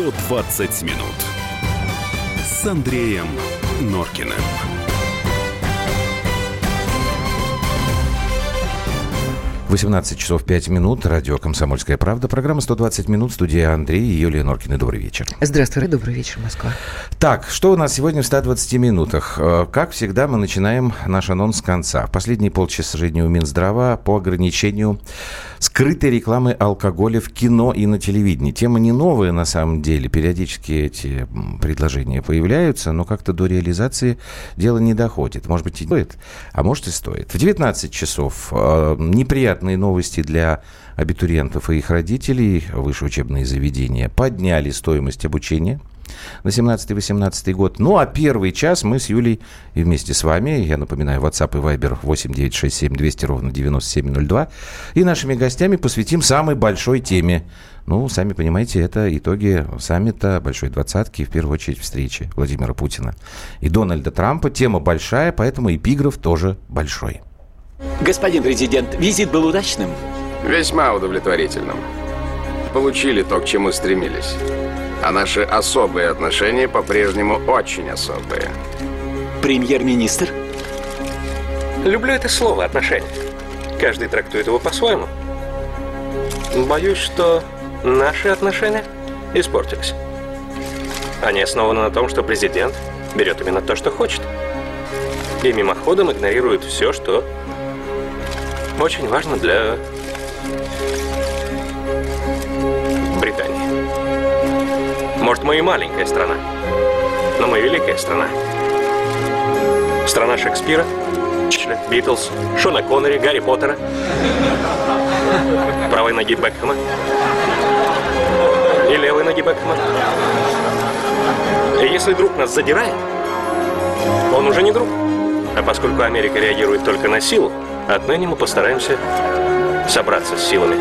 120 минут с Андреем Норкиным. 18 часов 5 минут. Радио «Комсомольская правда». Программа «120 минут». Студия Андрей и Юлия Норкины. Добрый вечер. Здравствуй. Добрый вечер, Москва. Так, что у нас сегодня в 120 минутах? Как всегда, мы начинаем наш анонс с конца. В последние полчаса у Минздрава по ограничению скрытой рекламы алкоголя в кино и на телевидении. Тема не новая, на самом деле. Периодически эти предложения появляются, но как-то до реализации дело не доходит. Может быть, и стоит, а может и стоит. В 19 часов неприятные новости для абитуриентов и их родителей. Высшие учебные заведения подняли стоимость обучения на 17-18 год. Ну, а первый час мы с Юлей и вместе с вами, я напоминаю, WhatsApp и Viber 8-967-200-97-02, и нашими гостями посвятим самой большой теме. Ну, сами понимаете, это итоги саммита Большой Двадцатки, в первую очередь встречи Владимира Путина и Дональда Трампа. Тема большая, поэтому эпиграф тоже большой. Господин президент, визит был удачным? Весьма удовлетворительным. Получили то, к чему стремились. А наши особые отношения по-прежнему очень особые. Премьер-министр? Люблю это слово «отношения». Каждый трактует его по-своему. Боюсь, что наши отношения испортились. Они основаны на том, что президент берет именно то, что хочет. И мимоходом игнорирует все, что очень важно для Британии. Может, мы и маленькая страна, но мы великая страна. Страна Шекспира, Битлз, Шона Коннери, Гарри Поттера, правой ноги Бекхэма и левой ноги Бекхэма. И если друг нас задирает, он уже не друг. А поскольку Америка реагирует только на силу, отныне мы постараемся собраться с силами.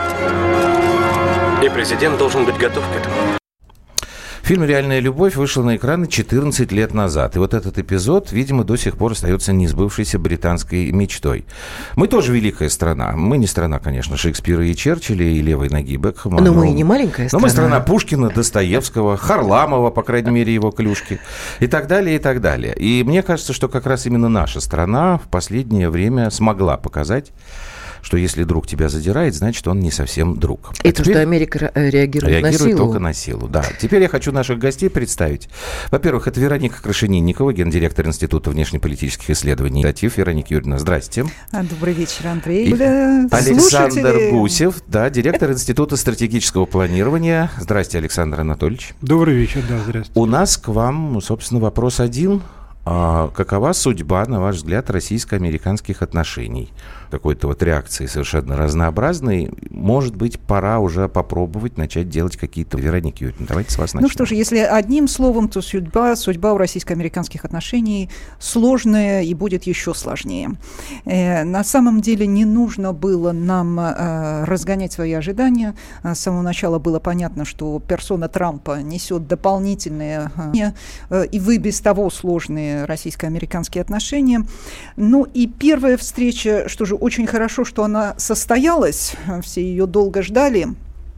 И президент должен быть готов к этому. Фильм «Реальная любовь» вышел на экраны 14 лет назад. И вот этот эпизод, видимо, до сих пор остается несбывшейся британской мечтой. Мы тоже великая страна. Мы не страна, конечно, Шекспира и Черчилля и левой ноги Бекхэма. Но мы и не маленькая страна. Но мы страна Пушкина, Достоевского, Харламова, по крайней мере, его клюшки. И так далее, и так далее. И мне кажется, что как раз именно наша страна в последнее время смогла показать, что если друг тебя задирает, значит, он не совсем друг. И то, что Америка реагирует на силу. Только на силу, да. Теперь я хочу наших гостей представить. Во-первых, это Вероника Крашенинникова, гендиректор Института внешнеполитических исследований. Вероника Юрьевна, здрасте. Добрый вечер, Андрей. Александр Гусев, да, директор Института стратегического планирования. Здрасте, Александр Анатольевич. Добрый вечер, да, здрасте. У нас к вам, собственно, вопрос один. Какова судьба, на ваш взгляд, российско-американских отношений? Какой-то вот реакции совершенно разнообразной. Может быть, пора уже попробовать начать делать какие-то... Вероника Юрьевна, давайте с вас начнем. Ну что ж, если одним словом, то судьба у российско-американских отношений сложная и будет еще сложнее. На самом деле не нужно было нам разгонять свои ожидания. С самого начала было понятно, что персона Трампа несет дополнительные и вы без того сложные российско-американские отношения. Ну и первая встреча, что же, очень хорошо, что она состоялась, все ее долго ждали.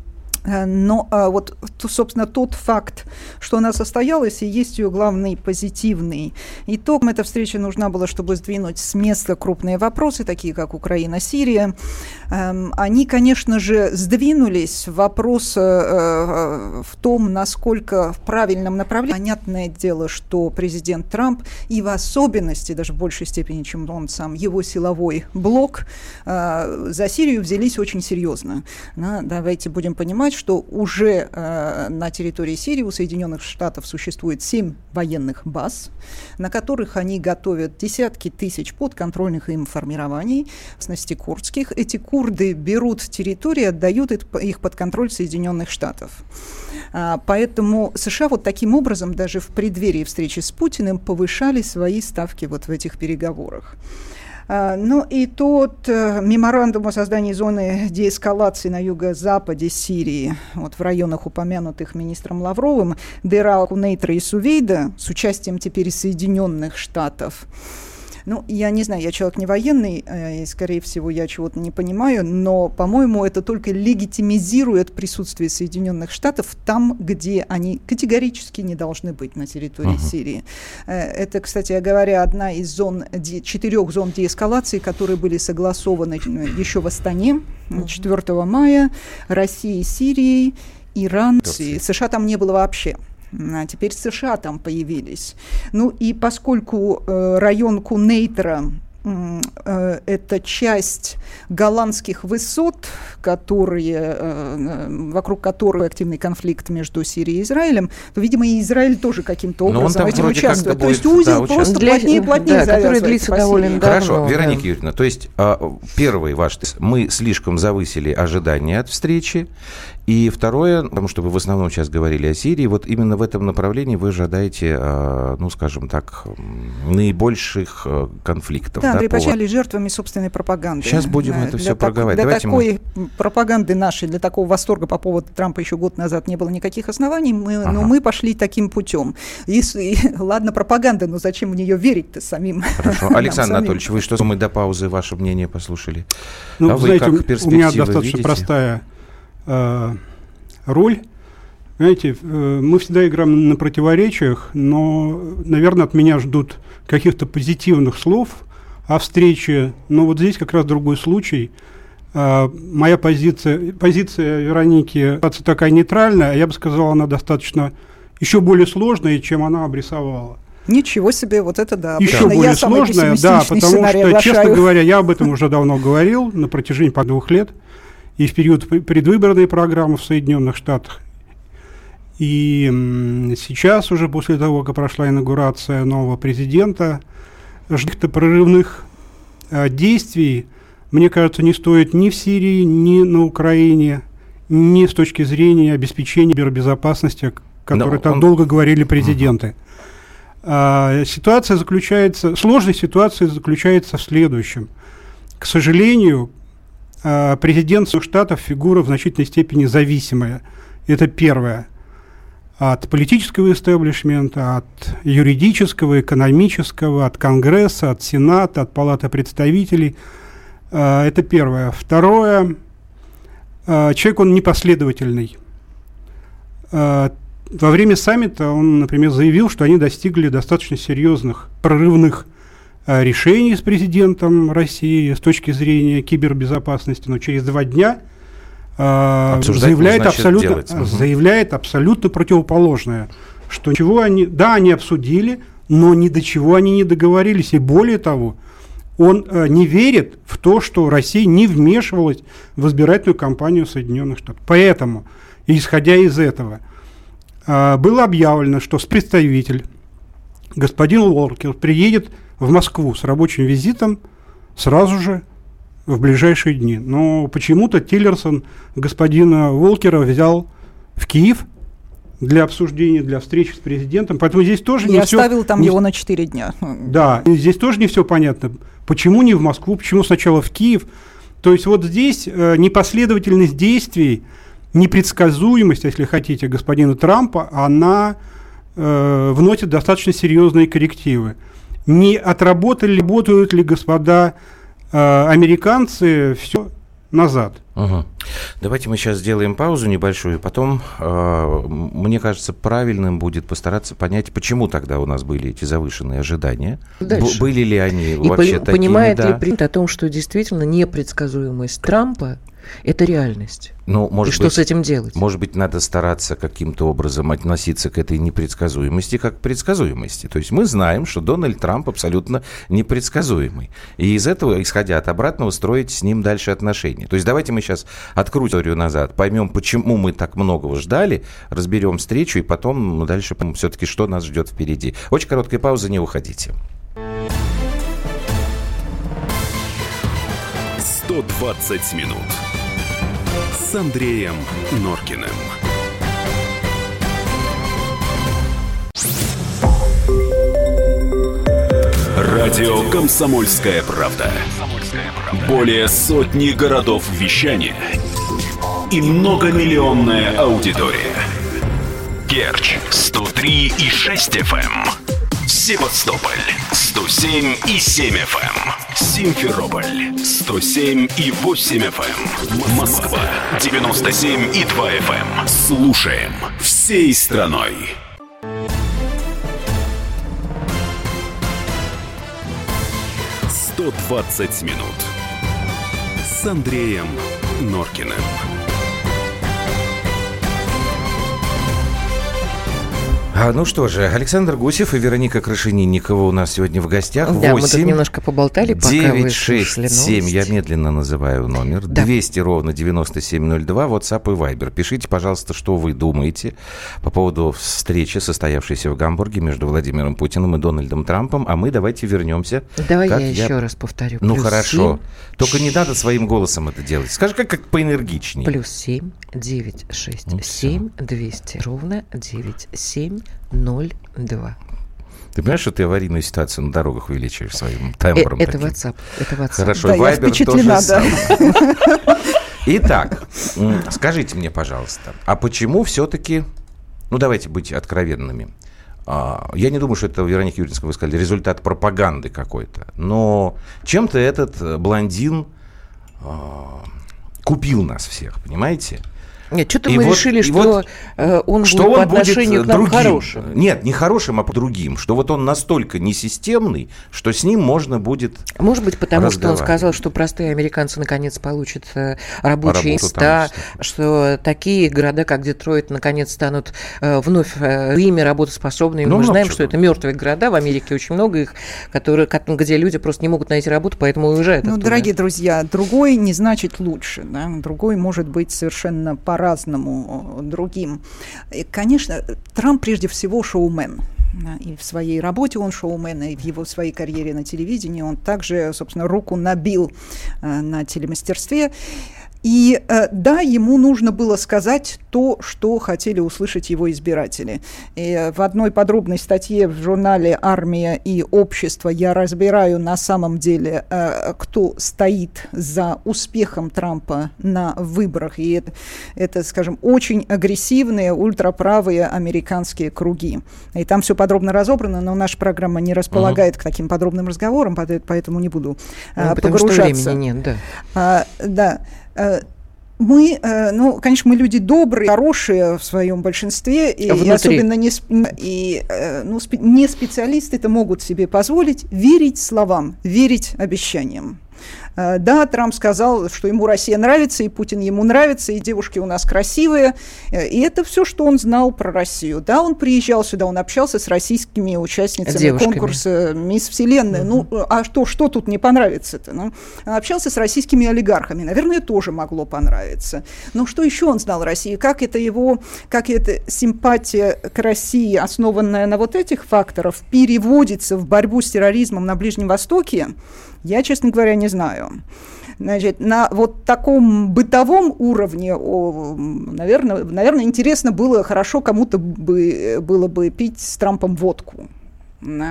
Но вот, собственно, тот факт, что она состоялась, и есть ее главный позитивный итог. Эта встреча нужна была, чтобы сдвинуть с места крупные вопросы, такие как Украина, Сирия. Они, конечно же, сдвинулись. Вопрос в том, насколько в правильном направлении. Понятное дело, что президент Трамп, и в особенности, даже в большей степени, чем он сам, его силовой блок, за Сирию взялись очень серьезно. Давайте будем понимать, что уже на территории Сирии у Соединенных Штатов существует 7 военных баз, на которых они готовят десятки тысяч подконтрольных им формирований, в частности курдских. Эти курды берут территории, отдают их под контроль Соединенных Штатов. Поэтому США вот таким образом даже в преддверии встречи с Путиным повышали свои ставки вот в этих переговорах. Ну и тот меморандум о создании зоны деэскалации на юго-западе Сирии, вот в районах, упомянутых министром Лавровым, Дейр аль-Кунейтра и Сувейда, с участием теперь Соединенных Штатов, Ну, я не знаю, я человек не военный, и, скорее всего, я чего-то не понимаю, но, по-моему, это только легитимизирует присутствие Соединенных Штатов там, где они категорически не должны быть на территории Сирии. Это, кстати говоря, одна из 4 зон деэскалации, которые были согласованы еще в Астане 4 мая, Россией, Сирией, Иран, США там не было вообще. А теперь США там появились. Ну и поскольку район Кунейтра это часть голландских высот, вокруг которых активный конфликт между Сирией и Израилем, то, видимо, и Израиль тоже каким-то образом в этом участвует. То есть узел просто плотнее и плотнее который длится довольно давно. Хорошо, Вероника Юрьевна, то есть первый ваш, мы слишком завысили ожидания от встречи, и второе, потому что вы в основном сейчас говорили о Сирии, вот именно в этом направлении вы ожидаете, ну, скажем так, наибольших конфликтов. Да, Андрей, почали жертвами собственной пропаганды. Сейчас будем это все проговаривать. Для такой пропаганды нашей, для такого восторга по поводу Трампа еще год назад не было никаких оснований, но мы пошли таким путем. Ладно, пропаганда, но зачем в нее верить-то самим? Хорошо. Александр Анатольевич, вы что, мы до паузы ваше мнение послушали? Ну, вы знаете, у меня достаточно простая роль. Знаете, мы всегда играем на противоречиях, но, наверное, от меня ждут каких-то позитивных слов о встрече. Но вот здесь как раз другой случай. Моя позиция Вероники такая нейтральная, а я бы сказал, она достаточно еще более сложная, чем она обрисовала. Ничего себе, вот это да. Еще более сложная, да, потому что, честно говоря, я об этом уже давно говорил на протяжении 2 лет. И в период предвыборной программы в Соединенных Штатах. И сейчас, уже после того, как прошла инаугурация нового президента, каких-то прорывных действий, мне кажется, не стоит ни в Сирии, ни на Украине, ни с точки зрения обеспечения кибербезопасности, о которой так долго говорили президенты. Сложность ситуации заключается в следующем. К сожалению, президент Штатов фигура в значительной степени зависимая. Это первое. От политического истеблишмента, от юридического, экономического, от Конгресса, от Сената, от Палаты представителей. Это первое. Второе. Человек, он непоследовательный. Во время саммита он, например, заявил, что они достигли достаточно серьезных прорывных решений с президентом России с точки зрения кибербезопасности, но через 2 дня заявляет абсолютно противоположное, что ничего они обсудили, но ни до чего они не договорились, и более того, он не верит в то, что Россия не вмешивалась в избирательную кампанию Соединенных Штатов. Поэтому, исходя из этого, было объявлено, что представитель господин Уолкер приедет в Москву с рабочим визитом сразу же в ближайшие дни. Но почему-то Тиллерсон господина Уолкера взял в Киев для обсуждения, для встречи с президентом. Поэтому здесь тоже не все... И оставил там его на 4 дня. Да, и здесь тоже не все понятно. Почему не в Москву, почему сначала в Киев? То есть вот здесь непоследовательность действий, непредсказуемость, если хотите, господина Трампа, она вносит достаточно серьезные коррективы. Не работают ли господа американцы все назад? Давайте мы сейчас сделаем паузу небольшую, потом, мне кажется, правильным будет постараться понять, почему тогда у нас были эти завышенные ожидания. Были ли они вообще такими? Понимает ли президент о том, что действительно непредсказуемость Трампа – это реальность? Ну, может что с этим делать? Может быть, надо стараться каким-то образом относиться к этой непредсказуемости как к предсказуемости. То есть мы знаем, что Дональд Трамп абсолютно непредсказуемый. И из этого, исходя от обратного, строить с ним дальше отношения. То есть давайте мы сейчас открутим историю назад, поймем, почему мы так многого ждали, разберем встречу и потом дальше все-таки, что нас ждет впереди. Очень короткая пауза, не уходите. 120 минут с Андреем Норкиным. Радио «Комсомольская правда». Более сотни городов вещания и многомиллионная аудитория. Керчь 103,6 FM. Севастополь 107,7 FM. Симферополь 107,8 FM. Москва 97,2 FM. Слушаем всей страной. «120 минут» с Андреем Норкиным. Ну что же, Александр Гусев и Вероника Крашенинникова у нас сегодня в гостях. Да, 8, мы тут немножко поболтали, пока 967, я медленно называю номер, да. 200 ровно 9702, WhatsApp и Viber. Пишите, пожалуйста, что вы думаете по поводу встречи, состоявшейся в Гамбурге между Владимиром Путиным и Дональдом Трампом, а мы давайте вернемся. Давай я еще раз повторю. Ну хорошо, 7, только не надо своим голосом это делать. Скажи, как поэнергичнее. +7 967 200 ровно 9702. Ты понимаешь, что ты аварийную ситуацию на дорогах увеличиваешь своим тембром? Это WhatsApp. Хорошо, да, Viber тоже да. самое. Итак, скажите мне, пожалуйста, а почему все-таки, давайте быть откровенными, я не думаю, что это, Вероника Юрьевна, вы сказали, результат пропаганды какой-то, но чем-то этот блондин купил нас всех, понимаете? Нет, что-то мы решили, что он будет по отношению к нам хорошим. Нет, не хорошим, а по другим. Что вот он настолько несистемный, что с ним можно будет Может быть, потому что он сказал, что простые американцы наконец получат рабочие места, что такие города, как Детройт, наконец станут вновь ими работоспособными. Мы знаем, что это мертвые города, в Америке очень много их, где люди просто не могут найти работу, поэтому уезжают оттуда. Дорогие друзья, другой не значит лучше. Да? Другой может быть совершенно по-разному другим. И, конечно, Трамп прежде всего шоумен. И в своей работе он шоумен, и в его своей карьере на телевидении он также, собственно, руку набил на телемастерстве. И да, ему нужно было сказать то, что хотели услышать его избиратели. И в одной подробной статье в журнале «Армия и общество» я разбираю на самом деле, кто стоит за успехом Трампа на выборах. И это, скажем, очень агрессивные, ультраправые американские круги. И там все подробно разобрано, но наша программа не располагает к таким подробным разговорам, поэтому не буду погружаться. Потому что времени нет, да. Да. Мы, конечно, мы люди добрые, хорошие в своем большинстве, и особенно не специалисты-то могут себе позволить верить словам, верить обещаниям. Да, Трамп сказал, что ему Россия нравится, и Путин ему нравится, и девушки у нас красивые. И это все, что он знал про Россию. Да, он приезжал сюда, он общался с российскими участницами конкурса «Мисс Вселенная». А что тут не понравится-то? Он общался с российскими олигархами. Наверное, тоже могло понравиться. Но что еще он знал о России? Как эта симпатия к России, основанная на вот этих факторах, переводится в борьбу с терроризмом на Ближнем Востоке? Я, честно говоря, не знаю. Значит, на вот таком бытовом уровне, наверное, интересно было, хорошо кому-то было бы пить с Трампом водку. Да.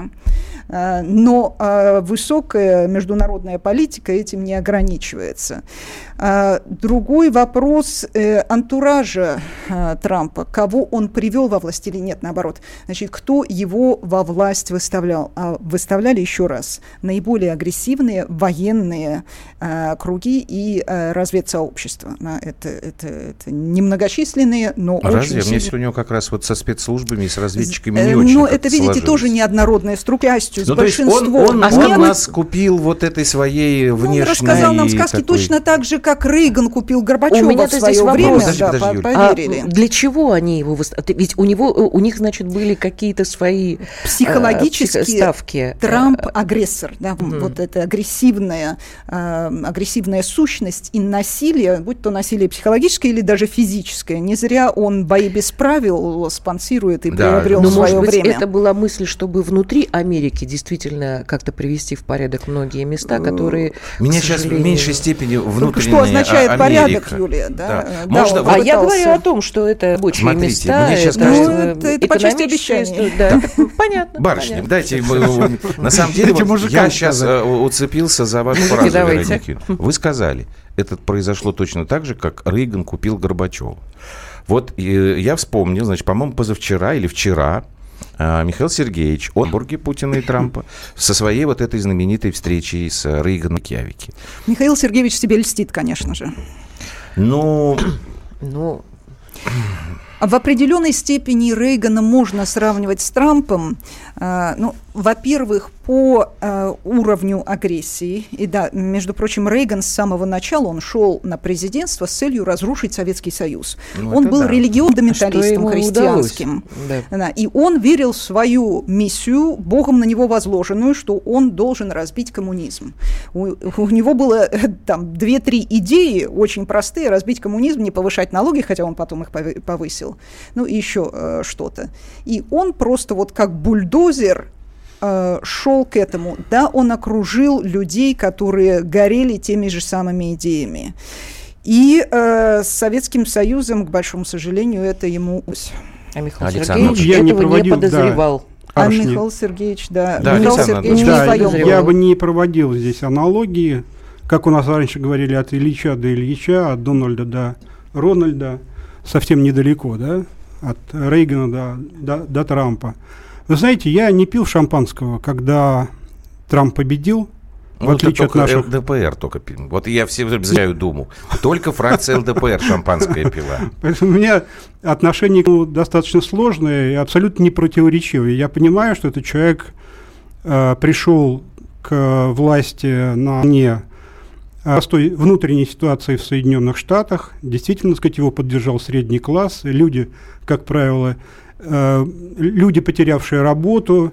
Но высокая международная политика этим не ограничивается. Другой вопрос антуража Трампа. Кого он привел во власть или нет, наоборот. Значит, кто его во власть выставлял? Выставляли, еще раз, наиболее агрессивные военные круги и разведсообщества. Это немногочисленные, но очень Разве? сильные. Мне у него как раз вот со спецслужбами и с разведчиками не очень. Но это, видите, тоже неоднородная структура. С большинством. Он нас купил вот этой своей внешней... Он рассказал нам сказки точно так же, как Рейган купил Горбачева в свое время. Поверили. Для чего они его выставили? Ведь у них, значит, были какие-то свои психологические ставки. Трамп агрессор. Да, вот эта агрессивная сущность и насилие, будь то насилие психологическое или даже физическое. Не зря он «Бои без правил» спонсирует и приобрел в свое время. Может быть, это была мысль, чтобы внутри Америки действительно как-то привести в порядок многие места, которые, меня сейчас в меньшей степени внутренняя Что означает Америка. Порядок, Юлия? Да. Можно, я говорю о том, что это рабочие места. Мне сейчас это по части обещаний. Да. Понятно. Барышня, дайте... На самом деле, я сейчас уцепился за вашу фразу, Вероника. Вы сказали, это произошло точно так же, как Рейган купил Горбачева. Вот я вспомнил, значит, по-моему, позавчера или вчера Михаил Сергеевич о Бурге Путина и Трампа со своей вот этой знаменитой встречей с Рейганом и Киявики. Михаил Сергеевич себе льстит, конечно же. Ну... В определенной степени Рейгана можно сравнивать с Трампом. Во-первых, по уровню агрессии. И да, между прочим, Рейган с самого начала, он шел на президентство с целью разрушить Советский Союз. Он был религиозно-фундаменталистом христианским. Да. И он верил в свою миссию, Богом на него возложенную, что он должен разбить коммунизм. У него было там 2-3 идеи очень простые: разбить коммунизм, не повышать налоги, хотя он потом их повысил, и еще что-то. И он просто вот как бульдозер шел к этому. Да, он окружил людей, которые горели теми же самыми идеями. И с Советским Союзом, к большому сожалению, это ему... А Михаил Сергеевич этого не подозревал. Михаил Сергеевич, Михаил Сергеевич в своем я бы не проводил здесь аналогии, как у нас раньше говорили, от Ильича до Ильича, от Дональда до Рональда, совсем недалеко, да, от Рейгана до Трампа. Вы знаете, я не пил шампанского, когда Трамп победил, в отличие от наших... ЛДПР только пил. Вот я все взяю Думу. Только фракция ЛДПР шампанское пила. Поэтому у меня отношение к нему достаточно сложное и абсолютно непротиворечивое. Я понимаю, что этот человек пришел к власти на фоне простой внутренней ситуации в Соединенных Штатах. Действительно, так сказать, его поддержал средний класс. Люди, как правило... люди, потерявшие работу,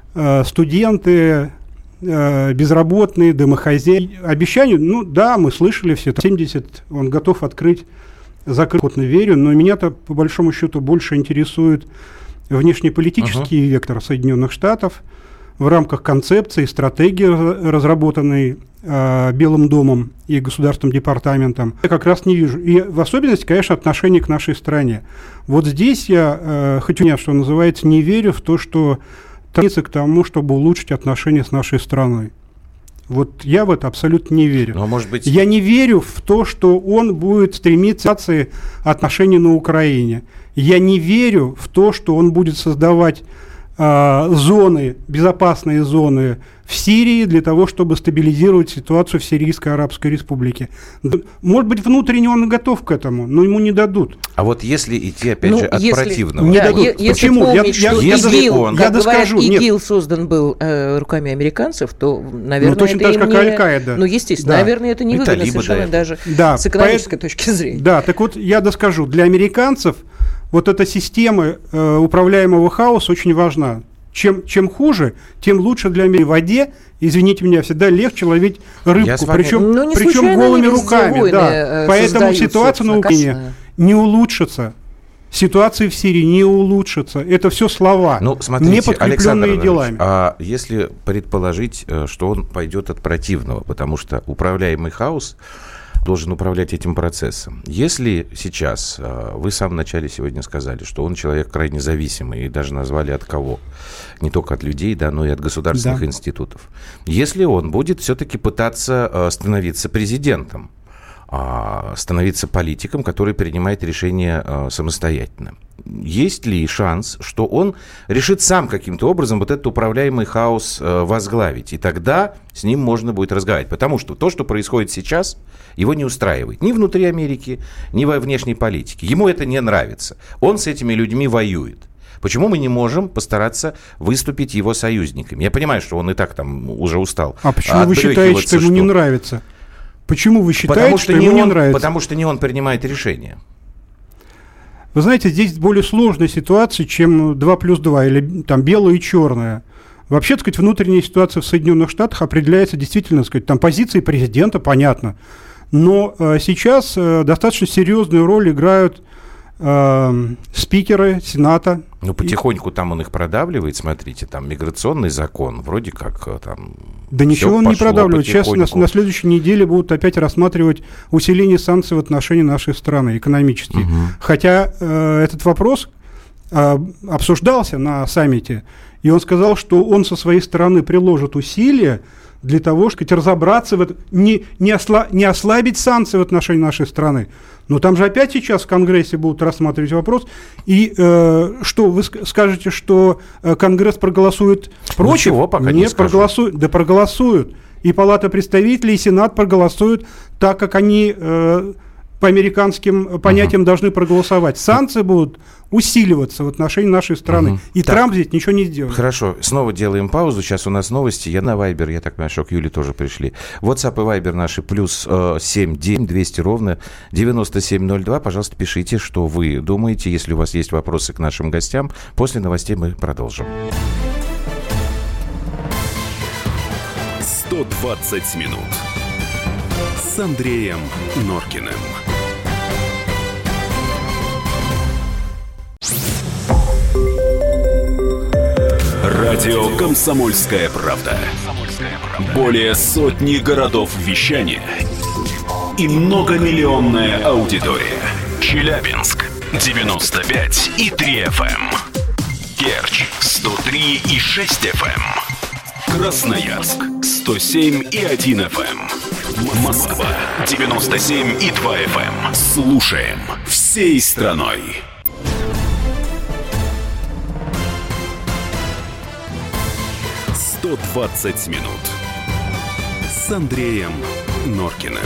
студенты, безработные, домохозяйки. Обещания, мы слышали все, 70, он готов открыть, закрыть, верю, но меня-то, по большому счету, больше интересует внешнеполитический вектор Соединенных Штатов в рамках концепции, стратегии, разработанной Белым домом и Государственным департаментом. Я как раз не вижу. И в особенности, конечно, отношение к нашей стране. Вот здесь я, что называется, не верю в то, что стремится к тому, чтобы улучшить отношения с нашей страной. Вот я в это абсолютно не верю. Но, может быть... Я не верю в то, что он будет стремиться к отношениям на Украине. Я не верю в то, что он будет создавать зоны, безопасные зоны в Сирии для того, чтобы стабилизировать ситуацию в Сирийской Арабской Республике. Может быть, внутренне он готов к этому, но ему не дадут. А вот если идти, опять же, от противного... Не дадут. Почему? Помнить, ИГИЛ создан был руками американцев, то, наверное, точно так же, как Аль-Каида. Естественно, наверное, это не выгодно совершенно даже с экономической точки зрения. Да, так вот, я доскажу. Для американцев вот эта система управляемого хаоса очень важна. Чем хуже, тем лучше для меня. В воде, извините меня, всегда легче ловить рыбку, причем голыми руками. Да. Поэтому ситуация на Украине не улучшится. Ситуация в Сирии не улучшится. Это все слова, не подкрепленные делами. А если предположить, что он пойдет от противного, потому что управляемый хаос должен управлять этим процессом. Если сейчас, вы в самом начале сегодня сказали, что он человек крайне зависимый, и даже назвали от кого, не только от людей, но и от государственных институтов. Если он будет все-таки пытаться становиться президентом, становиться политиком, который принимает решения самостоятельно, есть ли шанс, что он решит сам каким-то образом вот этот управляемый хаос возглавить, и тогда с ним можно будет разговаривать, потому что то, что происходит сейчас, его не устраивает ни внутри Америки, ни во внешней политике. Ему это не нравится. Он с этими людьми воюет. Почему мы не можем постараться выступить его союзниками? Я понимаю, что он и так там уже устал. А почему вы считаете, что ему не нравится? Почему вы считаете, что ему не нравится? Потому что не он принимает решения. Вы знаете, здесь более сложная ситуация, чем 2+2, или там белое и черное. Вообще, так сказать, внутренняя ситуация в Соединенных Штатах определяется действительно, так сказать, там позиции президента, понятно. Но сейчас достаточно серьезную роль играют спикеры Сената. Потихоньку там он их продавливает, смотрите, там миграционный закон, вроде как там... Да ничего он не продавливает. Сейчас на следующей неделе будут опять рассматривать усиление санкций в отношении нашей страны, экономически. Хотя этот вопрос обсуждался на саммите, и он сказал, что он со своей стороны приложит усилия для того, чтобы разобраться, не ослабить санкции в отношении нашей страны. Но там же опять сейчас в Конгрессе будут рассматривать вопрос. И что, вы скажете, что Конгресс проголосует против? Ничего пока не скажу. Проголосуют. Да проголосуют. И Палата представителей, и Сенат проголосуют так, как они по американским понятиям должны проголосовать. Санкции будут усиливаться в отношении нашей страны. И так, Трамп здесь ничего не сделает. Хорошо, снова делаем паузу. Сейчас у нас новости. Я на Вайбер, я так понимаю, что к Юле тоже пришли. WhatsApp и Вайбер наши +7 200 ровно 9702. Пожалуйста, пишите, что вы думаете. Если у вас есть вопросы к нашим гостям, после новостей мы продолжим. 120 минут с Андреем Норкиным. Радио «Комсомольская правда». Более сотни городов вещания и многомиллионная аудитория. Челябинск 95,3 FM. Керчь 103,6 FM. Красноярск 107,1 FM. Москва 97,2 FM. Слушаем всей страной. «120 минут» с Андреем Норкиным.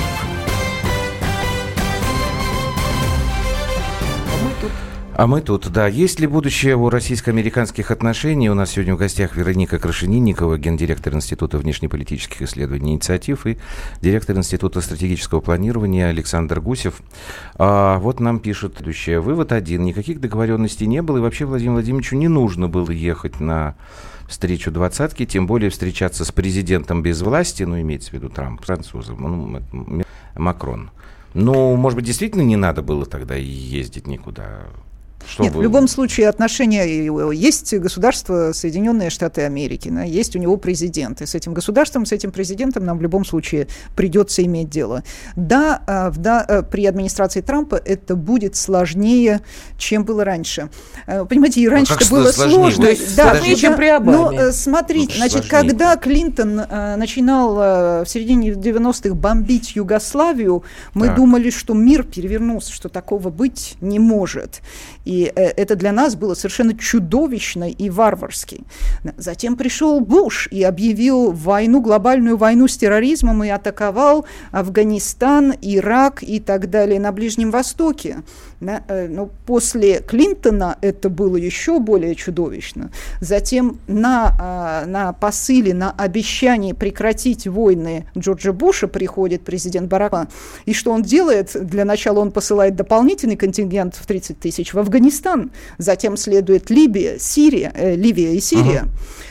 А мы тут, да. Есть ли будущее у российско-американских отношений? У нас сегодня в гостях Вероника Крашенинникова, гендиректор Института внешнеполитических исследований и инициатив, и директор Института стратегического планирования Александр Гусев. Вот нам пишут следующее. Вывод 1. Никаких договоренностей не было, и вообще Владимиру Владимировичу не нужно было ехать на встречу двадцатки, тем более встречаться с президентом без власти, имеется в виду Трамп, французом, Макрон. Может быть, действительно не надо было тогда ездить никуда? Нет, в любом случае отношения есть государство Соединенные Штаты Америки, есть у него президент, и с этим государством, с этим президентом нам в любом случае придется иметь дело. Да, при администрации Трампа это будет сложнее, чем было раньше. Понимаете, и раньше это было сложно. Сложнее, чем при Обаме. Но смотрите, когда Клинтон начинал в середине 90-х бомбить Югославию, мы думали, что мир перевернулся, что такого быть не может. И это для нас было совершенно чудовищно и варварски. Затем пришел Буш и объявил глобальную войну с терроризмом и атаковал Афганистан, Ирак и так далее на Ближнем Востоке. Но после Клинтона это было еще более чудовищно. Затем на посыле, на обещание прекратить войны Джорджа Буша приходит президент Барак Обама. И что он делает? Для начала он посылает дополнительный контингент в 30 тысяч в Афганистан. Затем следует Ливия и Сирия.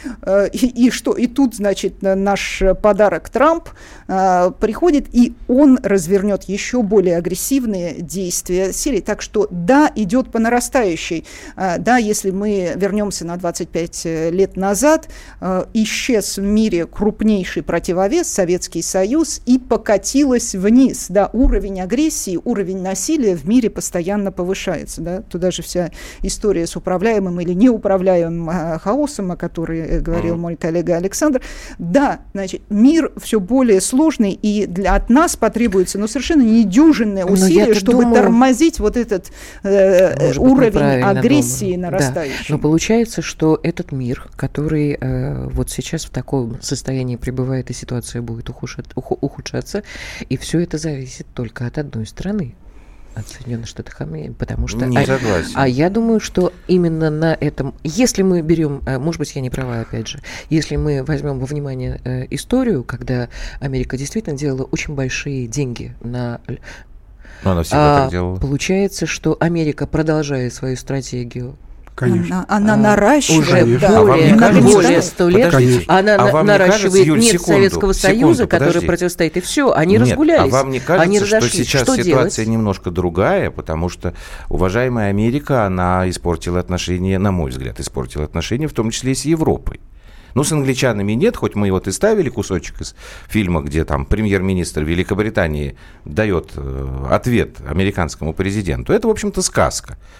И тут, значит, наш подарок Трамп приходит, и он развернет еще более агрессивные действия Сирии. Так что, да, идет по нарастающей. Да, если мы вернемся на 25 лет назад, исчез в мире крупнейший противовес, Советский Союз, и покатилась вниз. Да, уровень агрессии, уровень насилия в мире постоянно повышается. Да? Туда же вся история с управляемым или неуправляемым хаосом, о которой говорил мой коллега Александр. Да, значит, мир все более сложный, и от нас потребуется совершенно недюжинное усилие, чтобы тормозить вот этот уровень агрессии нарастающий. Да. Но получается, что этот мир, который вот сейчас в таком состоянии пребывает, и ситуация будет ухудшаться, и все это зависит только от одной страны. От Соединенных Штатов Америки, потому что... Не согласен. А я думаю, что именно на этом... Если мы берем... Может быть, я не права, опять же. Если мы возьмем во внимание историю, когда Америка действительно делала очень большие деньги на... Она всегда так делала. Получается, что Америка продолжает свою стратегию. Конечно. Она наращивает более 100 лет. Она наращивает нет Советского Союза, который противостоит, и все, они разгулялись. А вам не кажется, что сейчас ситуация немножко другая, потому что уважаемая Америка, она испортила отношения, на мой взгляд, в том числе и с Европой. С англичанами нет, хоть мы и ставили кусочек из фильма, где там премьер-министр Великобритании дает ответ американскому президенту. Это, в общем-то, сказка.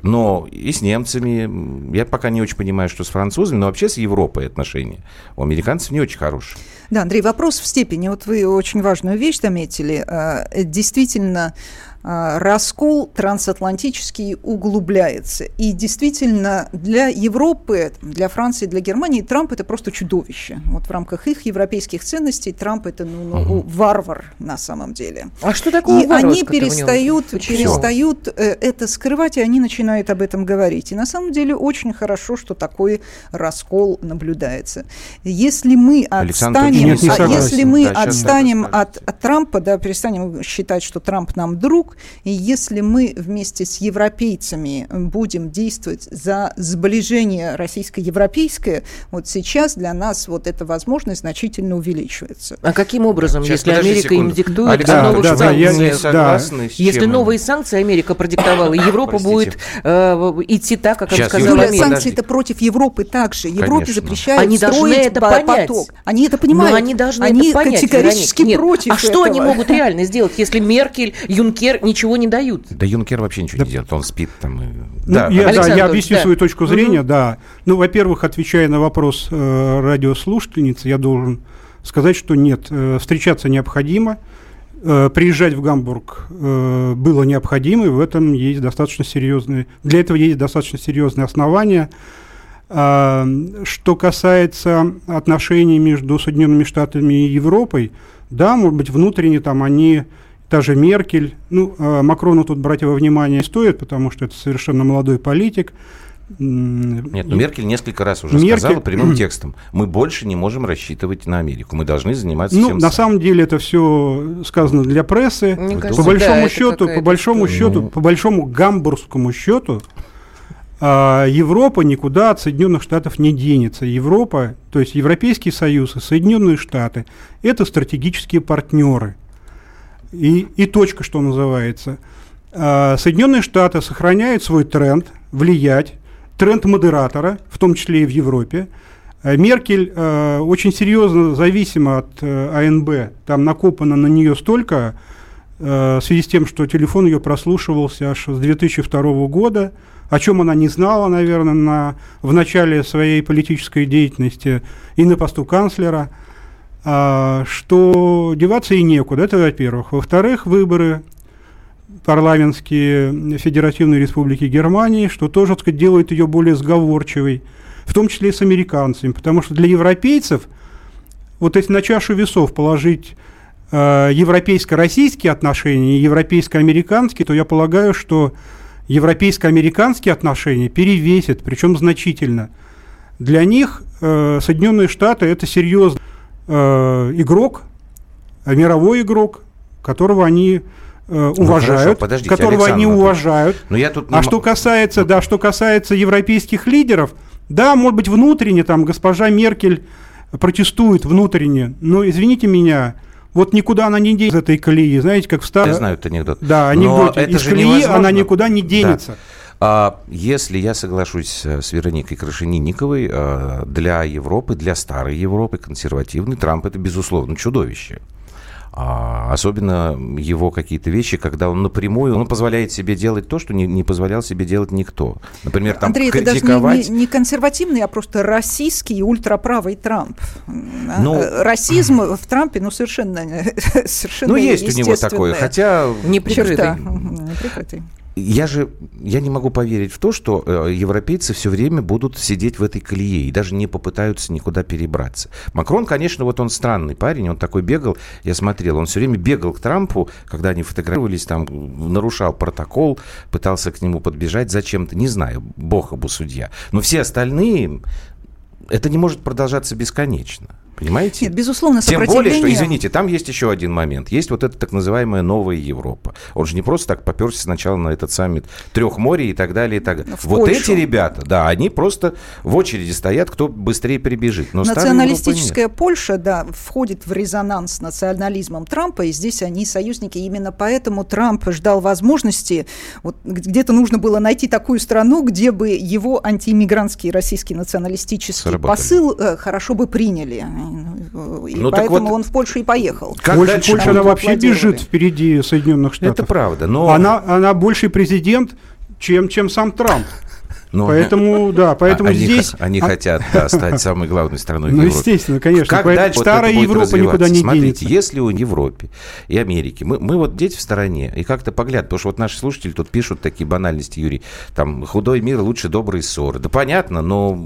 Но и с немцами, я пока не очень понимаю, что с французами, но вообще с Европой отношения у американцев не очень хорошие. Да, Андрей, вопрос в степени. Вот вы очень важную вещь заметили. Действительно, раскол трансатлантический углубляется. И действительно, для Европы, для Франции, для Германии Трамп – это просто чудовище. Вот в рамках их европейских ценностей Трамп – это варвар на самом деле. А что такое и они перестают это скрывать, и они начинают об этом говорить. И на самом деле очень хорошо, что такой раскол наблюдается. Если мы отстанем от Трампа, да, перестанем считать, что Трамп нам друг, и если мы вместе с европейцами будем действовать за сближение российско-европейское, вот сейчас для нас вот эта возможность значительно увеличивается. А каким образом, если Америка им диктует новые санкции? Если новые санкции Америка продиктовала, и Европа будет идти так, как она сказала Америка. Санкции-то против Европы также. Европе запрещают строить поток. Они это понимают. Но они должны это понять. Категорически против этого. А что они могут реально сделать, если Меркель, Юнкер ничего не дают? Да Юнкер вообще ничего не делает, он спит там. Я объясню свою точку зрения, да. Ну, во-первых, отвечая на вопрос радиослушательницы, я должен сказать, что нет, встречаться необходимо, приезжать в Гамбург было необходимо, и в этом есть достаточно серьезные, для этого есть достаточно серьезные основания. Что касается отношений между Соединенными Штатами и Европой, да, может быть, внутренне там они, та же Меркель, Макрону тут брать во внимание не стоит, потому что это совершенно молодой политик. Нет, но Меркель несколько раз уже сказала прямым текстом: мы больше не можем рассчитывать на Америку, мы должны заниматься всем на самом деле это все сказано для прессы. По большому гамбургскому счету, Европа никуда от Соединенных Штатов не денется. Европа, то есть Европейский Союз и Соединенные Штаты – это стратегические партнеры. И точка, что называется. Соединенные Штаты сохраняют свой тренд влиять, тренд модератора, в том числе и в Европе. Меркель очень серьезно зависима от АНБ. Там накопано на нее столько, в связи с тем, что телефон ее прослушивался аж с 2002 года, о чем она не знала, наверное, в начале своей политической деятельности и на посту канцлера, что деваться и некуда, это во-первых. Во-вторых, выборы парламентские Федеративной Республики Германии, что тоже, так сказать, делает ее более сговорчивой, в том числе и с американцами, потому что для европейцев, вот если на чашу весов положить европейско-российские отношения и европейско-американские, то я полагаю, что европейско-американские отношения перевесят, причем значительно. Для них Соединенные Штаты – это серьезный игрок, мировой игрок, которого они уважают, которого они уважают. Что касается европейских лидеров, да, может быть, внутренне, там, госпожа Меркель протестует внутренне, но, извините меня, вот никуда она не денется из этой колеи, знаете, как в старом... Я знаю этот анекдот. Да, анекдот. Из колеи она никуда не денется. Да. Если я соглашусь с Вероникой Крашенинниковой, для Европы, для старой Европы, консервативный, Трамп – это, безусловно, чудовище. Особенно его какие-то вещи, когда он напрямую, он позволяет себе делать то, что не позволял себе делать никто. Например, там Андрей, критиковать... это даже не консервативный, а просто российский и ультраправый Трамп. Расизм в Трампе, совершенно есть у него такое, хотя... Неприкрытый. Я не могу поверить в то, что европейцы все время будут сидеть в этой колее и даже не попытаются никуда перебраться. Макрон, конечно, вот он странный парень, он такой бегал, я смотрел, он все время бегал к Трампу, когда они фотографировались, там нарушал протокол, пытался к нему подбежать зачем-то, не знаю, бог ему судья. Но все остальные, это не может продолжаться бесконечно. Понимаете? Нет, безусловно, сопротивление... Тем более, что, извините, там есть еще один момент. Есть вот эта так называемая новая Европа. Он же не просто так поперся сначала на этот саммит трех морей и так далее, и так далее. Вот эти ребята, да, они просто в очереди стоят, кто быстрее прибежит. Но националистическая Польша, да, входит в резонанс с национализмом Трампа, и здесь они союзники. Именно поэтому Трамп ждал возможности, вот где-то нужно было найти такую страну, где бы его антииммигрантский российский националистический посыл хорошо бы приняли. И поэтому он в Польшу и поехал. Польша она вообще бежит впереди Соединенных Штатов. Это правда. Но... Она больший президент, чем сам Трамп. Поэтому здесь... Они хотят стать самой главной страной в Европе. Ну, естественно, конечно. Как дальше старая Европа никуда не денется. Если у Европы и Америки, мы вот дети в стороне, и как-то поглядывают, потому что вот наши слушатели тут пишут такие банальности, Юрий, там, худой мир лучше доброй ссоры. Да понятно, но...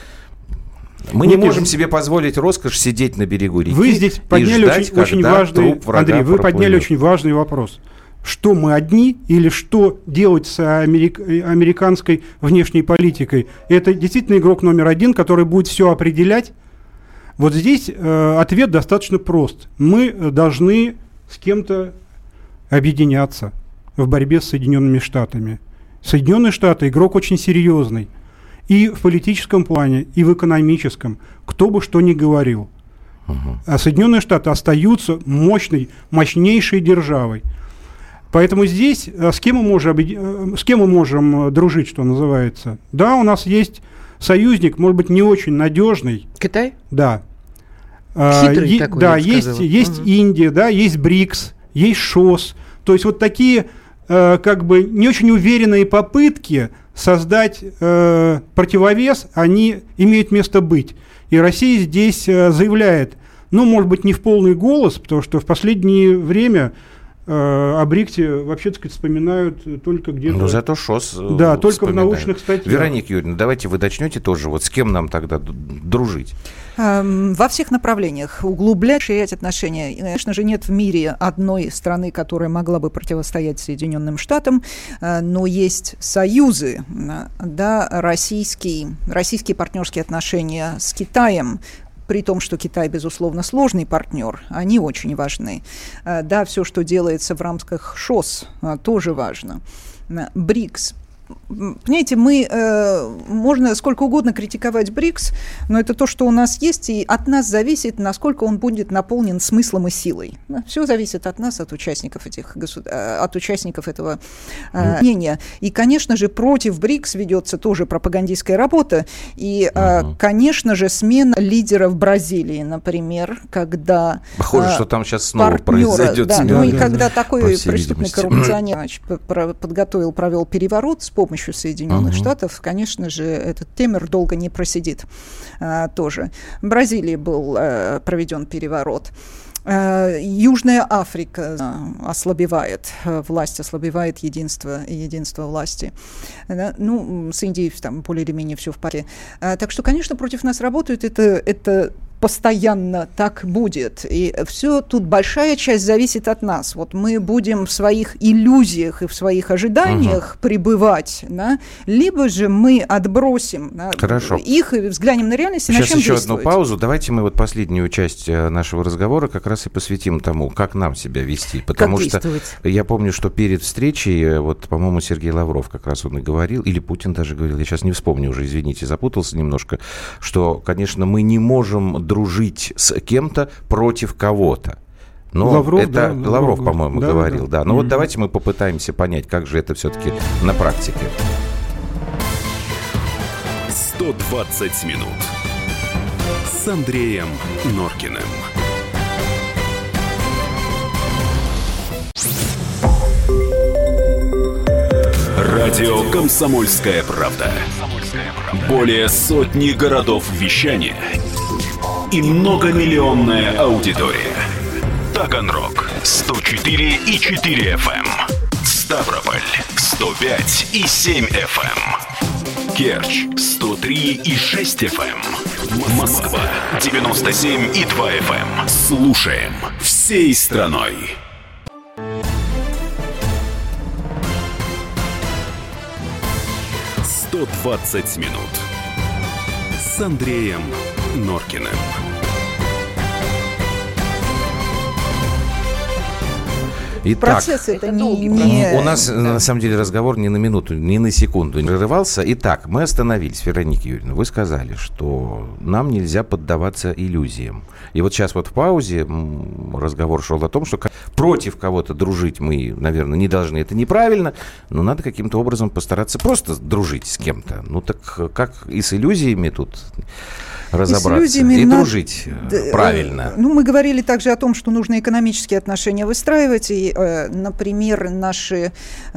Мы не можем себе позволить роскошь сидеть на берегу реки. Вы здесь подняли очень важный, Андрей, вы подняли очень важный вопрос. Что мы одни или что делать с американской внешней политикой? Это действительно игрок номер один, который будет все определять. Вот здесь ответ достаточно прост. Мы должны с кем-то объединяться в борьбе с Соединенными Штатами. Соединенные Штаты игрок очень серьезный. И в политическом плане, и в экономическом. Кто бы что ни говорил. А Соединенные Штаты остаются мощнейшей державой. Поэтому здесь с кем мы можем дружить, что называется? Да, у нас есть союзник, может быть, не очень надежный. Китай? Да. Хитрый такой, да, есть Индия, да, есть БРИКС, есть ШОС. То есть вот такие как бы не очень уверенные попытки создать противовес, они имеют место быть. И Россия здесь заявляет, ну, может быть, не в полный голос, потому что в последнее время о БРИКСе вообще, так сказать, вспоминают только где-то... Но зато ШОС да, только в научных статьях. Вероника Юрьевна, давайте вы начнете тоже. Вот с кем нам тогда дружить? Во всех направлениях. Углублять, расширять отношения. И, конечно же, нет в мире одной страны, которая могла бы противостоять Соединенным Штатам, но есть союзы. Да, российские партнерские отношения с Китаем, при том, что Китай, безусловно, сложный партнер, они очень важны. Да, все, что делается в рамках ШОС, тоже важно. БРИКС. Понимаете, можно сколько угодно критиковать БРИКС, но это то, что у нас есть, и от нас зависит, насколько он будет наполнен смыслом и силой. Все зависит от нас, от участников этого мнения. И, конечно же, против БРИКС ведется тоже пропагандистская работа, и, конечно же, смена лидера в Бразилии, например, когда... Похоже, что там сейчас снова произойдет смена. Ну и когда такой преступный коррупционер провел переворот с помощью Соединенных Штатов, конечно же, этот Темер долго не просидит тоже. В Бразилии был проведен переворот. Южная Африка ослабевает, власть ослабевает, единство власти. Ну, с Индией там более или менее все в порядке. Так что, конечно, против нас работают, это постоянно так будет. И все тут большая часть зависит от нас. Вот мы будем в своих иллюзиях и в своих ожиданиях пребывать, да? Либо же мы отбросим их и взглянем на реальность и начнем действовать. Сейчас еще одну паузу. Давайте мы вот последнюю часть нашего разговора как раз и посвятим тому, как нам себя вести. Потому что я помню, что перед встречей, вот, по-моему, Сергей Лавров как раз он и говорил, или Путин даже говорил, я сейчас не вспомню уже, извините, запутался немножко, что, конечно, мы не можем дружить с кем-то против кого-то. Но Лавров, по-моему, говорил. Да. Но вот давайте мы попытаемся понять, как же это все-таки на практике. 120 минут с Андреем Норкиным. Радио «Комсомольская правда». Более сотни городов вещания и многомиллионная аудитория. Таганрог 104,4 FM, Ставрополь 105,7 FM, Керчь 103,6 FM, Москва 97,2 FM. Слушаем всей страной. «120 минут» с Андреем Норкиным. Итак, процесс это не... У нас, на самом деле, разговор ни на минуту, ни на секунду не прерывался. Итак, мы остановились. Вероника Юрьевна, вы сказали, что нам нельзя поддаваться иллюзиям. И вот сейчас вот в паузе разговор шел о том, что против кого-то дружить мы, наверное, не должны. Это неправильно, но надо каким-то образом постараться просто дружить с кем-то. Ну так как и с иллюзиями тут... разобраться и дружить правильно. Мы говорили также о том, что нужно экономические отношения выстраивать. И, например, наши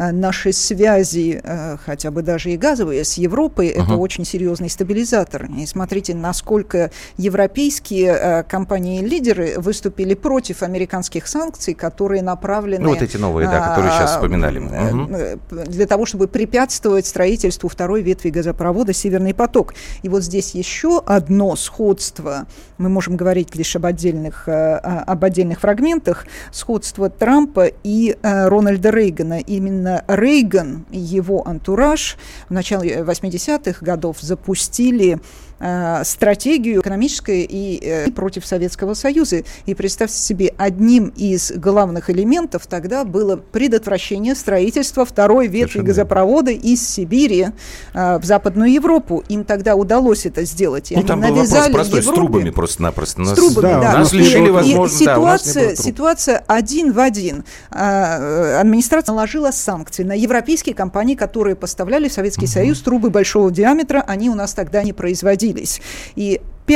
связи, хотя бы даже и газовые, с Европой, это очень серьезный стабилизатор. И смотрите, насколько европейские компании-лидеры выступили против американских санкций, которые направлены... вот эти новые, которые сейчас вспоминали мы. Для того, чтобы препятствовать строительству второй ветви газопровода «Северный поток». И вот здесь еще одно сходство, мы можем говорить лишь об отдельных фрагментах, сходство Трампа и Рональда Рейгана. Именно Рейган и его антураж в начале 80-х годов запустили стратегию экономическую и против Советского Союза. И представьте себе, одним из главных элементов тогда было предотвращение строительства второй ветви газопровода из Сибири в Западную Европу. Им тогда удалось это сделать. И там был вопрос простой, с трубами просто-напросто. С трубами, да. Нас лишили возможности. Ситуация один в один. Администрация наложила санкции на европейские компании, которые поставляли в Советский Союз трубы большого диаметра. Они у нас тогда не производились. И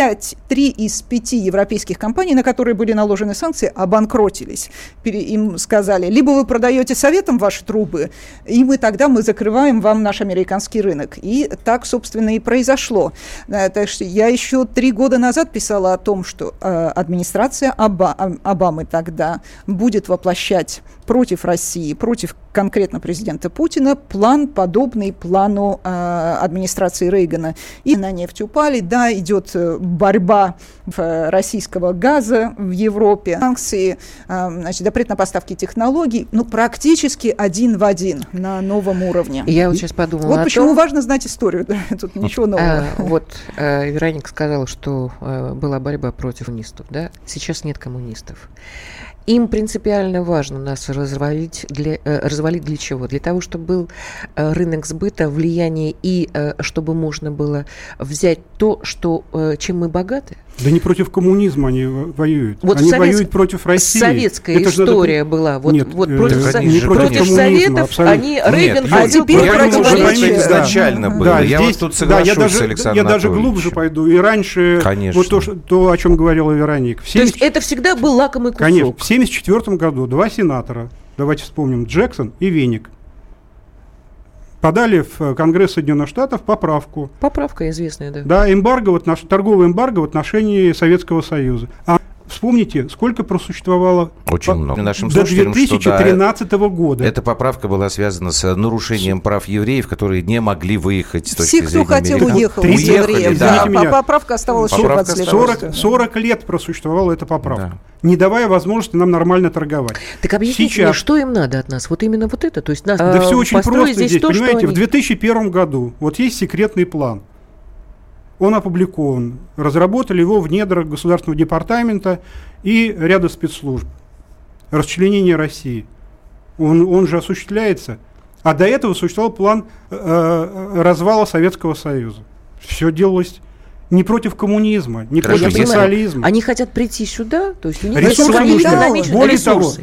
3 из 5 европейских компаний, на которые были наложены санкции, обанкротились. Им сказали, либо вы продаете Советам ваши трубы, и мы закрываем вам наш американский рынок. И так, собственно, и произошло. Так что я еще 3 года назад писала о том, что администрация Обамы тогда будет воплощать против России, против конкретно президента Путина, план, подобный плану администрации Рейгана. И на нефть упали, да, идет борьба российского газа в Европе, санкции, запрет на поставки технологий, практически один в один на новом уровне. Я вот сейчас подумала вот почему важно знать историю, да, тут ничего нового. Вероника сказала, что была борьба против коммунистов, да? Сейчас нет коммунистов. Им принципиально важно нас развалить для чего? Для того, чтобы был рынок сбыта, влияние и чтобы можно было взять то, чем мы богаты. Да не против коммунизма они воюют. Они воюют против России. Советская история была. Нет, против Советов они Рейган ходил против России. Изначально было. Я вот тут соглашусь с Александром. Я даже глубже пойду. И раньше, вот то, о чем говорила Вероника. То есть это всегда был лакомый кусок. Конечно. В 1974 году 2 сенатора, давайте вспомним, Джексон и Веник, подали в Конгресс Соединенных Штатов поправку. Поправка известная, да. Да, торговое эмбарго в отношении Советского Союза. Вспомните, сколько просуществовало много. Нашим до 2013 года. Эта поправка была связана с нарушением прав евреев, которые не могли выехать с точки зрения Все, кто хотел, уехал из евреев. Да. Поправка оставалась еще 20 лет. 40 лет просуществовала эта поправка, не давая возможности нам нормально торговать. Так объясните мне, что им надо от нас? Вот именно вот это? То есть нас да все очень просто здесь, понимаете, в 2001 году вот есть секретный план. Он опубликован. Разработали его в недрах Государственного департамента и ряда спецслужб. Расчленение России. Он же осуществляется. А до этого существовал план развала Советского Союза. Все делалось не против коммунизма, не против социализма. Они хотят прийти сюда, то есть у них свои экономические ресурсы.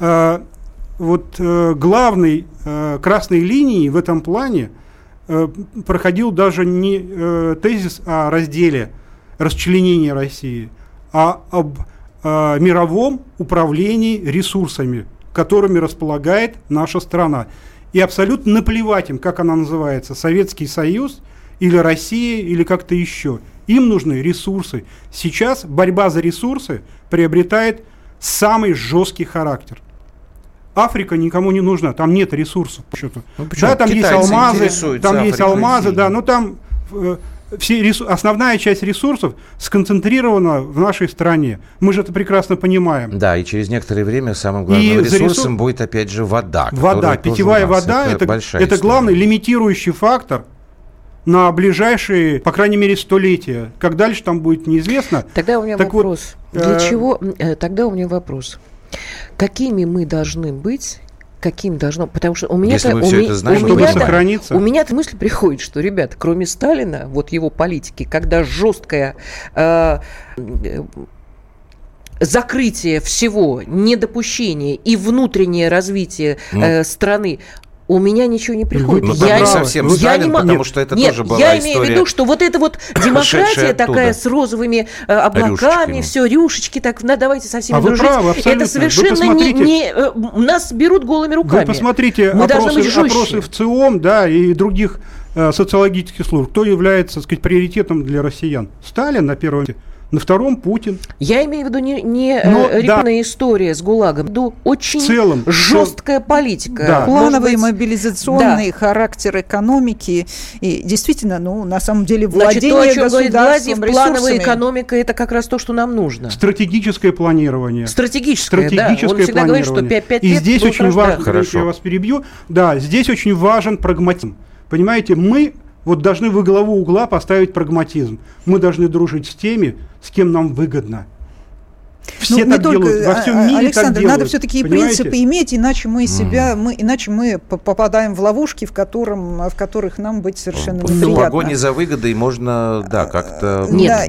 Главной красной линией в этом плане проходил даже не тезис о разделе, расчленении России, а об мировом управлении ресурсами, которыми располагает наша страна. И абсолютно наплевать им, как она называется, Советский Союз или Россия, или как-то еще. Им нужны ресурсы. Сейчас борьба за ресурсы приобретает самый жесткий характер. Африка никому не нужна, там нет ресурсов. Да, там есть алмазы, да, но там основная часть ресурсов сконцентрирована в нашей стране. Мы же это прекрасно понимаем. Да, и через некоторое время самым главным ресурсом будет опять же вода. Вода, питьевая вода, это главный лимитирующий фактор на ближайшие, по крайней мере, столетия. Как дальше там будет, неизвестно. Тогда у меня вопрос. Для чего? Тогда у меня вопрос. Какими мы должны быть, каким должно... Потому что у меня мысль приходит, что, ребята, кроме Сталина, вот его политики, когда жесткое закрытие всего, недопущение и внутреннее развитие страны, У меня ничего не приходит. Ну, я не совсем Сталин, потому что это тоже была история. Я имею в виду, что вот эта вот демократия такая с розовыми облаками, все, рюшечки, так, давайте со всеми дружить. Это совершенно не... Нас берут голыми руками. Вы посмотрите опросы в ЦИОМ, да, и других социологических служб. Кто является, так сказать, приоритетом для россиян? Сталин на первом месте. На втором Путин. Я имею в виду не репная история с ГУЛАГом, но очень жесткая политика. Да. Плановый мобилизационный характер экономики. И действительно, на самом деле, владение государством, плановая экономика – это как раз то, что нам нужно. Стратегическое планирование. Стратегическое, да. Он всегда говорит, что 5 лет. И здесь очень важно, я вас перебью, да, здесь очень важен прагматизм. Понимаете, мы должны во главу угла поставить прагматизм. Мы должны дружить с теми, с кем нам выгодно. Все так делают, во всем мире Александр, так делают. Надо все-таки принципы иметь, иначе мы попадаем в ловушки, в которых нам быть совершенно неприятно. В погоне за выгодой можно, как-то...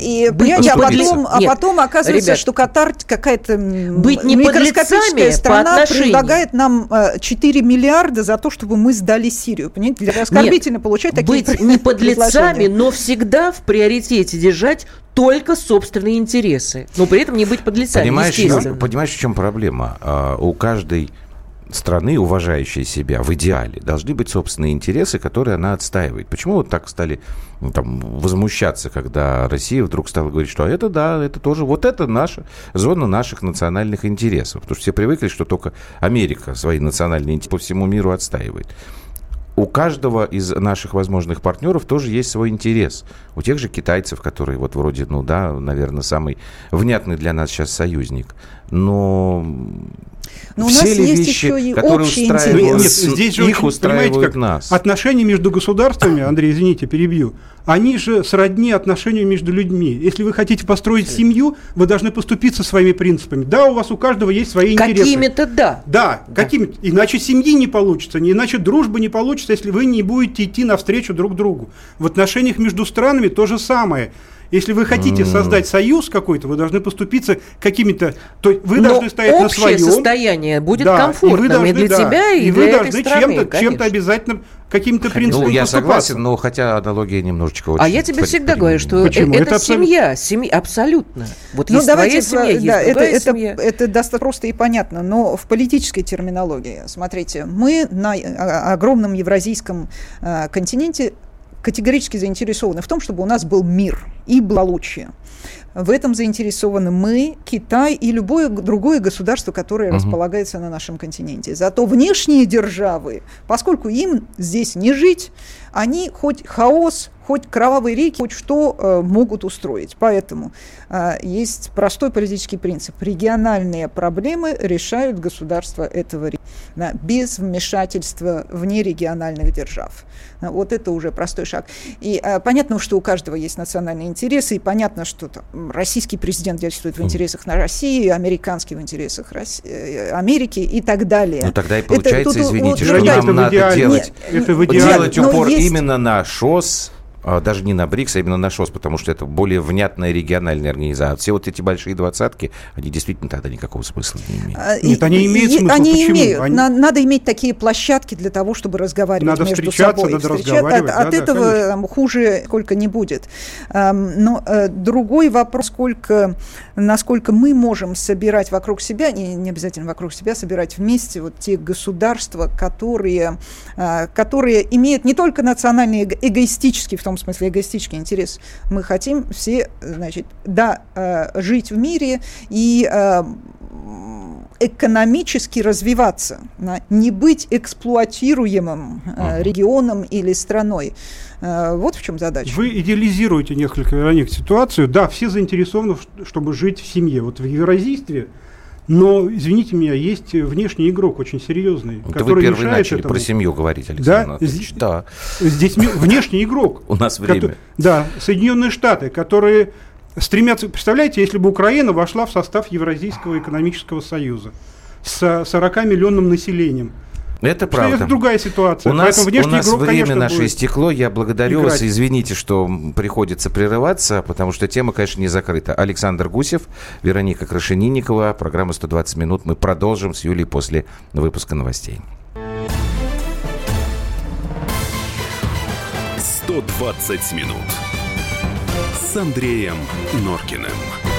Потом оказывается, что Катар какая-то микроскопическая страна предлагает нам 4 миллиарда за то, чтобы мы сдали Сирию. Понимаете, оскорбительно получать такие предложения. Быть не подлецами, но всегда в приоритете держать только собственные интересы, но при этом не быть подлецами, естественно. Понимаешь, в чем проблема? У каждой страны, уважающей себя в идеале, должны быть собственные интересы, которые она отстаивает. Почему вот так стали возмущаться, когда Россия вдруг стала говорить, что это тоже, это наша зона наших национальных интересов. Потому что все привыкли, что только Америка свои национальные интересы по всему миру отстаивает. У каждого из наших возможных партнеров тоже есть свой интерес. У тех же китайцев, которые вроде, наверное, самый внятный для нас сейчас союзник. Но у нас есть еще и общие интересы. Здесь же их устраивают нас. Отношения между государствами, Андрей, извините, перебью, они же сродни отношениям между людьми. Если вы хотите построить семью, вы должны поступиться своими принципами. Да, у вас у каждого есть свои интересы. Какими-то, да. Да, какими-то. Иначе семьи не получится, иначе дружба не получится, если вы не будете идти навстречу друг другу. В отношениях между странами то же самое. Если вы хотите создать союз какой-то, вы должны поступиться какими-то... вы должны стоять на своем. Общее состояние будет комфортным и для тебя, и для этой страны. И вы должны чем-то обязательно, какими-то принципами я согласен, но хотя аналогия немножечко очень... А я тебе всегда говорю, что это семья, абсолютно. Вот есть твоя семья, есть другая семья. Это достаточно просто и понятно, но в политической терминологии, смотрите, мы на огромном евразийском континенте категорически заинтересованы в том, чтобы у нас был мир и благополучие. В этом заинтересованы мы, Китай и любое другое государство, которое располагается на нашем континенте. Зато внешние державы, поскольку им здесь не жить, они хоть хаос, хоть кровавые реки, хоть что могут устроить. Поэтому есть простой политический принцип. Региональные проблемы решают государства этого региона без вмешательства внерегиональных держав. Вот это уже простой шаг. И понятно, что у каждого есть национальные интересы, и понятно, что российский президент действует в интересах на России, американский в интересах Америки и так далее. Ну тогда и получается, извините, что нам надо делать упор именно на ШОС, даже не на БРИКС, а именно на ШОС, потому что это более внятная региональная организация. Все вот эти большие двадцатки, они действительно тогда никакого смысла не имеют. Нет, они имеют смысл. Они имеют. Надо иметь такие площадки для того, чтобы разговаривать между собой. Надо разговаривать. От этого хуже сколько не будет. Но другой вопрос, насколько мы можем собирать вокруг себя, не обязательно вокруг себя, собирать вместе вот те государства, которые имеют не только национальные эгоистические, в том смысле эгоистический интерес. Мы хотим все, жить в мире и экономически развиваться, не быть эксплуатируемым регионом или страной. Вот в чем задача. Вы идеализируете несколько ситуацию. Да, все заинтересованы, чтобы жить в семье. Вот в евразийстве. Но, извините меня, есть внешний игрок очень серьезный, который вы первый начали этому. Про семью говорить, Александр. Да, здесь внешний игрок. У нас время. Да, Соединенные Штаты, которые стремятся... Представляете, если бы Украина вошла в состав Евразийского экономического союза с 40-миллионным населением. Это правда. Это другая ситуация. У нас время наше истекло. Я благодарю вас. Извините, что приходится прерываться, потому что тема, конечно, не закрыта. Александр Гусев, Вероника Крашенинникова. Программа «120 минут». Мы продолжим с Юлией после выпуска новостей. 120 минут с Андреем Норкиным.